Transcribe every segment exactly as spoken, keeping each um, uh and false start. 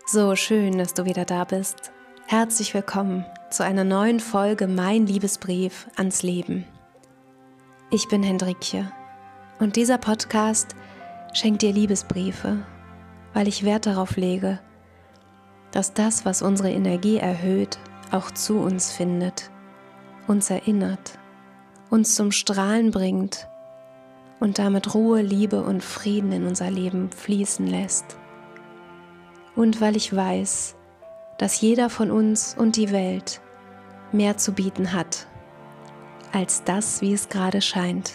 So schön, dass du wieder da bist. Herzlich willkommen zu einer neuen Folge Mein Liebesbrief ans Leben. Ich bin Hendrikje und dieser Podcast schenkt dir Liebesbriefe, weil ich Wert darauf lege, dass das, was unsere Energie erhöht, auch zu uns findet, uns erinnert, uns zum Strahlen bringt und damit Ruhe, Liebe und Frieden in unser Leben fließen lässt. Und weil ich weiß, dass jeder von uns und die Welt mehr zu bieten hat, als das, wie es gerade scheint.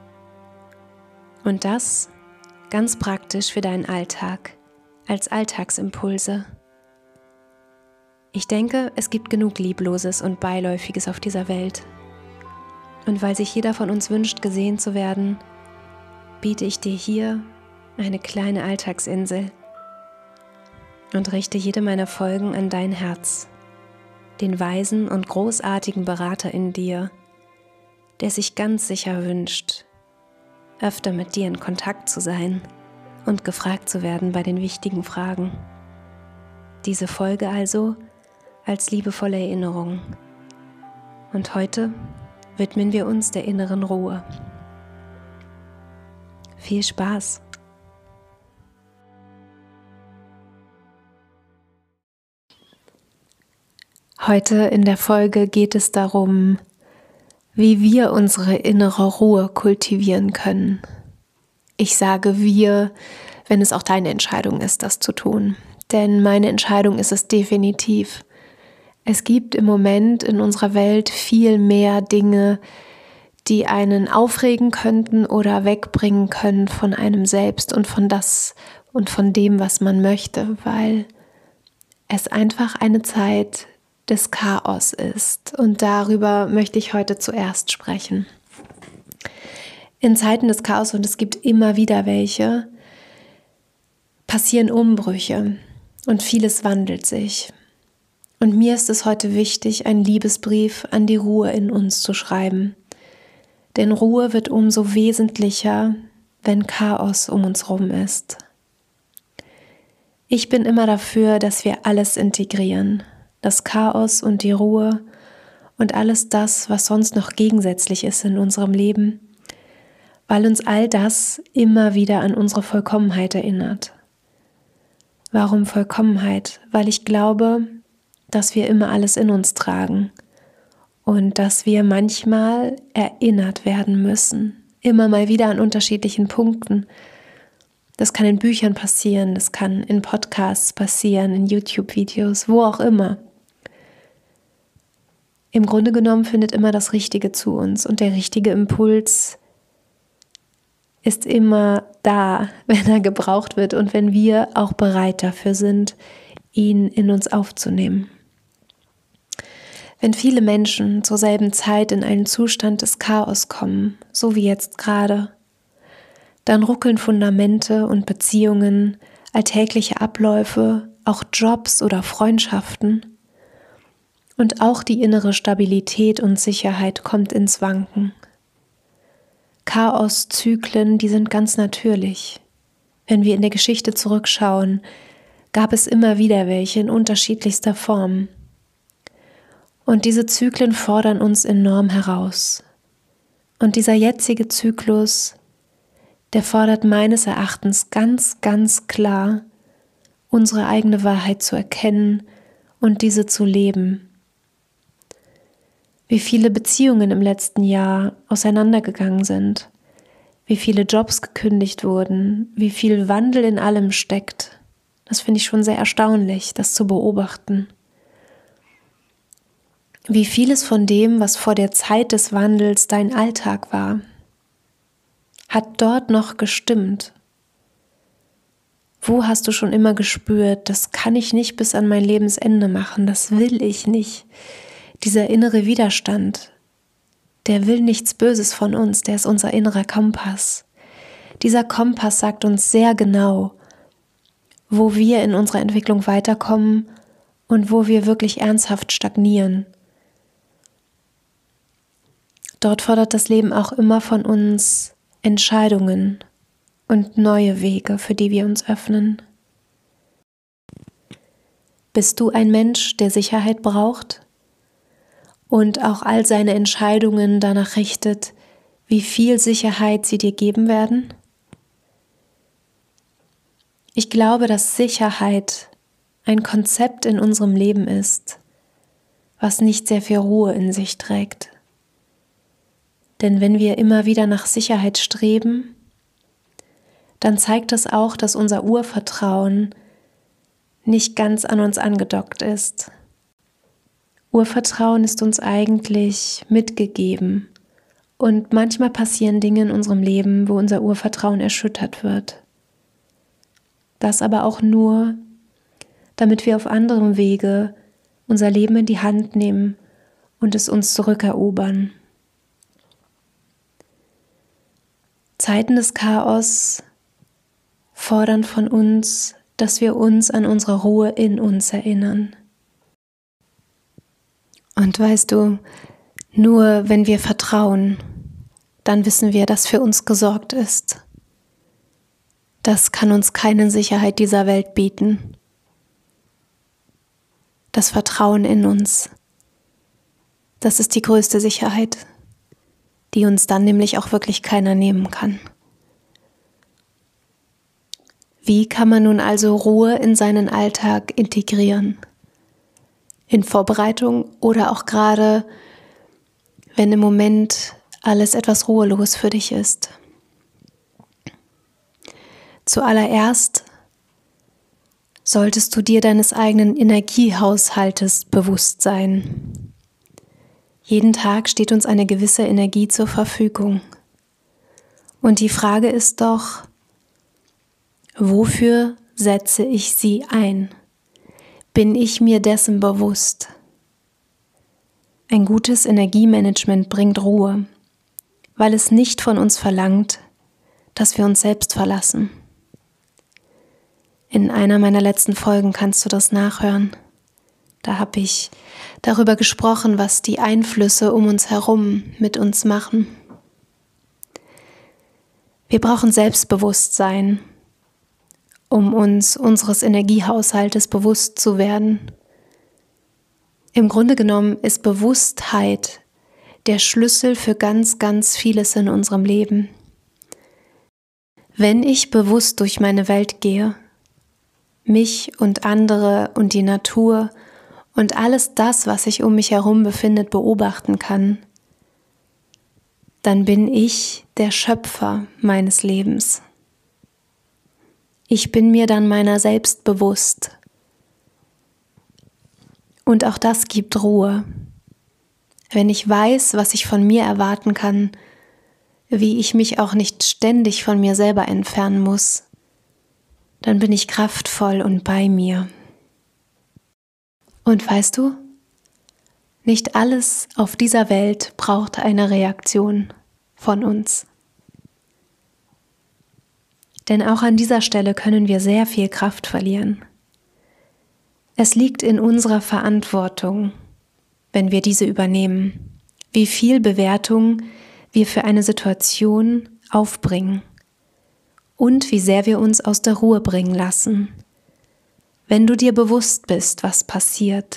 Und das ganz praktisch für deinen Alltag, als Alltagsimpulse. Ich denke, es gibt genug Liebloses und Beiläufiges auf dieser Welt. Und weil sich jeder von uns wünscht, gesehen zu werden, biete ich dir hier eine kleine Alltagsinsel und richte jede meiner Folgen an dein Herz, den weisen und großartigen Berater in dir, der sich ganz sicher wünscht, öfter mit dir in Kontakt zu sein und gefragt zu werden bei den wichtigen Fragen. Diese Folge also als liebevolle Erinnerung. Und heute widmen wir uns der inneren Ruhe. Viel Spaß! Heute in der Folge geht es darum, wie wir unsere innere Ruhe kultivieren können. Ich sage wir, wenn es auch deine Entscheidung ist, das zu tun. Denn meine Entscheidung ist es definitiv. Es gibt im Moment in unserer Welt viel mehr Dinge, die einen aufregen könnten oder wegbringen können von einem selbst und von das und von dem, was man möchte, weil es einfach eine Zeit des Chaos ist. Und darüber möchte ich heute zuerst sprechen. In Zeiten des Chaos, und es gibt immer wieder welche, passieren Umbrüche und vieles wandelt sich. Und mir ist es heute wichtig, einen Liebesbrief an die Ruhe in uns zu schreiben. Denn Ruhe wird umso wesentlicher, wenn Chaos um uns herum ist. Ich bin immer dafür, dass wir alles integrieren. Das Chaos und die Ruhe und alles das, was sonst noch gegensätzlich ist in unserem Leben, weil uns all das immer wieder an unsere Vollkommenheit erinnert. Warum Vollkommenheit? Weil ich glaube, dass wir immer alles in uns tragen und dass wir manchmal erinnert werden müssen, immer mal wieder an unterschiedlichen Punkten. Das kann in Büchern passieren, das kann in Podcasts passieren, in YouTube-Videos, wo auch immer. Im Grunde genommen findet immer das Richtige zu uns und der richtige Impuls ist immer da, wenn er gebraucht wird und wenn wir auch bereit dafür sind, ihn in uns aufzunehmen. Wenn viele Menschen zur selben Zeit in einen Zustand des Chaos kommen, so wie jetzt gerade, dann ruckeln Fundamente und Beziehungen, alltägliche Abläufe, auch Jobs oder Freundschaften. Und auch die innere Stabilität und Sicherheit kommt ins Wanken. Chaoszyklen, die sind ganz natürlich. Wenn wir in der Geschichte zurückschauen, gab es immer wieder welche in unterschiedlichster Form. Und diese Zyklen fordern uns enorm heraus. Und dieser jetzige Zyklus, der fordert meines Erachtens ganz, ganz klar, unsere eigene Wahrheit zu erkennen und diese zu leben. Wie viele Beziehungen im letzten Jahr auseinandergegangen sind, wie viele Jobs gekündigt wurden, wie viel Wandel in allem steckt. Das finde ich schon sehr erstaunlich, das zu beobachten. Wie vieles von dem, was vor der Zeit des Wandels dein Alltag war, hat dort noch gestimmt. Wo hast du schon immer gespürt, das kann ich nicht bis an mein Lebensende machen, das will ich nicht. Dieser innere Widerstand, der will nichts Böses von uns, der ist unser innerer Kompass. Dieser Kompass sagt uns sehr genau, wo wir in unserer Entwicklung weiterkommen und wo wir wirklich ernsthaft stagnieren. Dort fordert das Leben auch immer von uns Entscheidungen und neue Wege, für die wir uns öffnen. Bist du ein Mensch, der Sicherheit braucht und auch all seine Entscheidungen danach richtet, wie viel Sicherheit sie dir geben werden? Ich glaube, dass Sicherheit ein Konzept in unserem Leben ist, was nicht sehr viel Ruhe in sich trägt. Denn wenn wir immer wieder nach Sicherheit streben, dann zeigt das auch, dass unser Urvertrauen nicht ganz an uns angedockt ist. Urvertrauen ist uns eigentlich mitgegeben und manchmal passieren Dinge in unserem Leben, wo unser Urvertrauen erschüttert wird. Das aber auch nur, damit wir auf anderem Wege unser Leben in die Hand nehmen und es uns zurückerobern. Zeiten des Chaos fordern von uns, dass wir uns an unsere Ruhe in uns erinnern. Und weißt du, nur wenn wir vertrauen, dann wissen wir, dass für uns gesorgt ist. Das kann uns keine Sicherheit dieser Welt bieten. Das Vertrauen in uns, das ist die größte Sicherheit, die uns dann nämlich auch wirklich keiner nehmen kann. Wie kann man nun also Ruhe in seinen Alltag integrieren? In Vorbereitung oder auch gerade, wenn im Moment alles etwas ruhelos für dich ist? Zuallererst solltest du dir deines eigenen Energiehaushaltes bewusst sein. Jeden Tag steht uns eine gewisse Energie zur Verfügung. Und die Frage ist doch, wofür setze ich sie ein? Bin ich mir dessen bewusst? Ein gutes Energiemanagement bringt Ruhe, weil es nicht von uns verlangt, dass wir uns selbst verlassen. In einer meiner letzten Folgen kannst du das nachhören. Da habe ich darüber gesprochen, was die Einflüsse um uns herum mit uns machen. Wir brauchen Selbstbewusstsein, um uns unseres Energiehaushaltes bewusst zu werden. Im Grunde genommen ist Bewusstheit der Schlüssel für ganz, ganz vieles in unserem Leben. Wenn ich bewusst durch meine Welt gehe, mich und andere und die Natur und alles das, was sich um mich herum befindet, beobachten kann, dann bin ich der Schöpfer meines Lebens. Ich bin mir dann meiner selbst bewusst. Und auch das gibt Ruhe. Wenn ich weiß, was ich von mir erwarten kann, wie ich mich auch nicht ständig von mir selber entfernen muss, dann bin ich kraftvoll und bei mir. Und weißt du, nicht alles auf dieser Welt braucht eine Reaktion von uns. Denn auch an dieser Stelle können wir sehr viel Kraft verlieren. Es liegt in unserer Verantwortung, wenn wir diese übernehmen, wie viel Bewertung wir für eine Situation aufbringen und wie sehr wir uns aus der Ruhe bringen lassen. Wenn du dir bewusst bist, was passiert,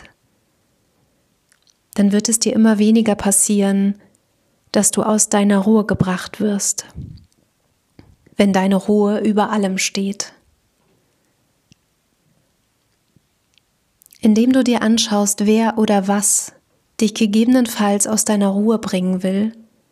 dann wird es dir immer weniger passieren, dass du aus deiner Ruhe gebracht wirst, wenn deine Ruhe über allem steht. Indem du dir anschaust, wer oder was dich gegebenenfalls aus deiner Ruhe bringen will,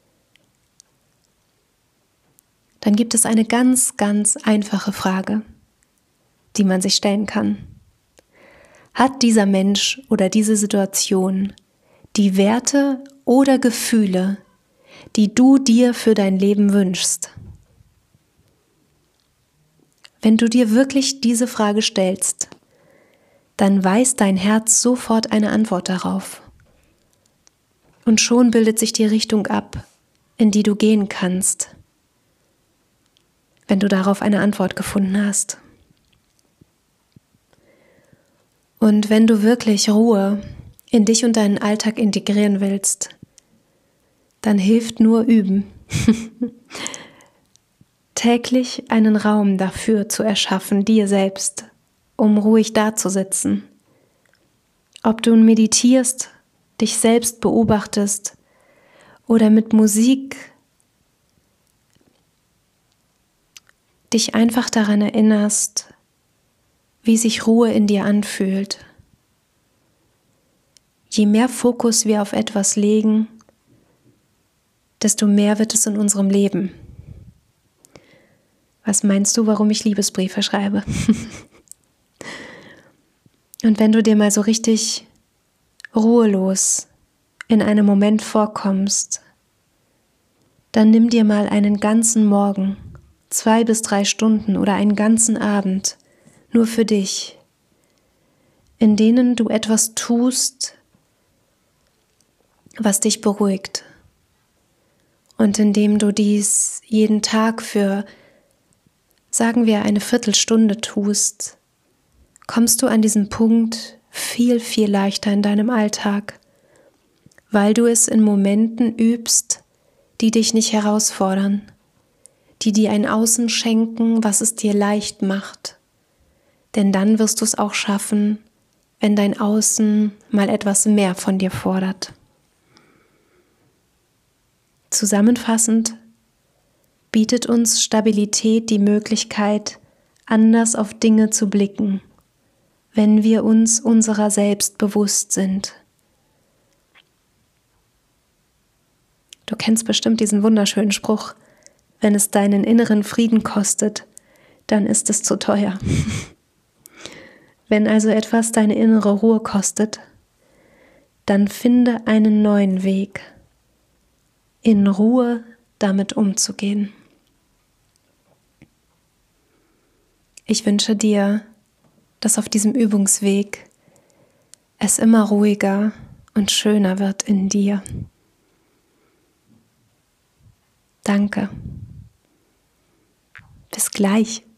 dann gibt es eine ganz, ganz einfache Frage, die man sich stellen kann. Hat dieser Mensch oder diese Situation die Werte oder Gefühle, die du dir für dein Leben wünschst? Wenn du dir wirklich diese Frage stellst, dann weiß dein Herz sofort eine Antwort darauf. Und schon bildet sich die Richtung ab, in die du gehen kannst, wenn du darauf eine Antwort gefunden hast. Und wenn du wirklich Ruhe in dich und deinen Alltag integrieren willst, dann hilft nur Üben. Täglich einen Raum dafür zu erschaffen, dir selbst, um ruhig dazusitzen, Ob du meditierst, dich selbst beobachtest oder mit Musik dich einfach daran erinnerst, wie sich Ruhe in dir anfühlt. Je mehr Fokus wir auf etwas legen, desto mehr wird es in unserem Leben. Was meinst du, warum ich Liebesbriefe schreibe? Und wenn du dir mal so richtig ruhelos in einem Moment vorkommst, dann nimm dir mal einen ganzen Morgen, zwei bis drei Stunden oder einen ganzen Abend nur für dich, in denen du etwas tust, was dich beruhigt. Und indem du dies jeden Tag für, sagen wir, eine Viertelstunde tust, kommst du an diesem Punkt viel, viel leichter in deinem Alltag, weil du es in Momenten übst, die dich nicht herausfordern, die dir ein Außen schenken, was es dir leicht macht. Denn dann wirst du es auch schaffen, wenn dein Außen mal etwas mehr von dir fordert. Zusammenfassend bietet uns Stabilität die Möglichkeit, anders auf Dinge zu blicken, wenn wir uns unserer selbst bewusst sind. Du kennst bestimmt diesen wunderschönen Spruch: Wenn es deinen inneren Frieden kostet, dann ist es zu teuer. Wenn also etwas deine innere Ruhe kostet, dann finde einen neuen Weg, in Ruhe damit umzugehen. Ich wünsche dir, dass auf diesem Übungsweg es immer ruhiger und schöner wird in dir. Danke. Bis gleich.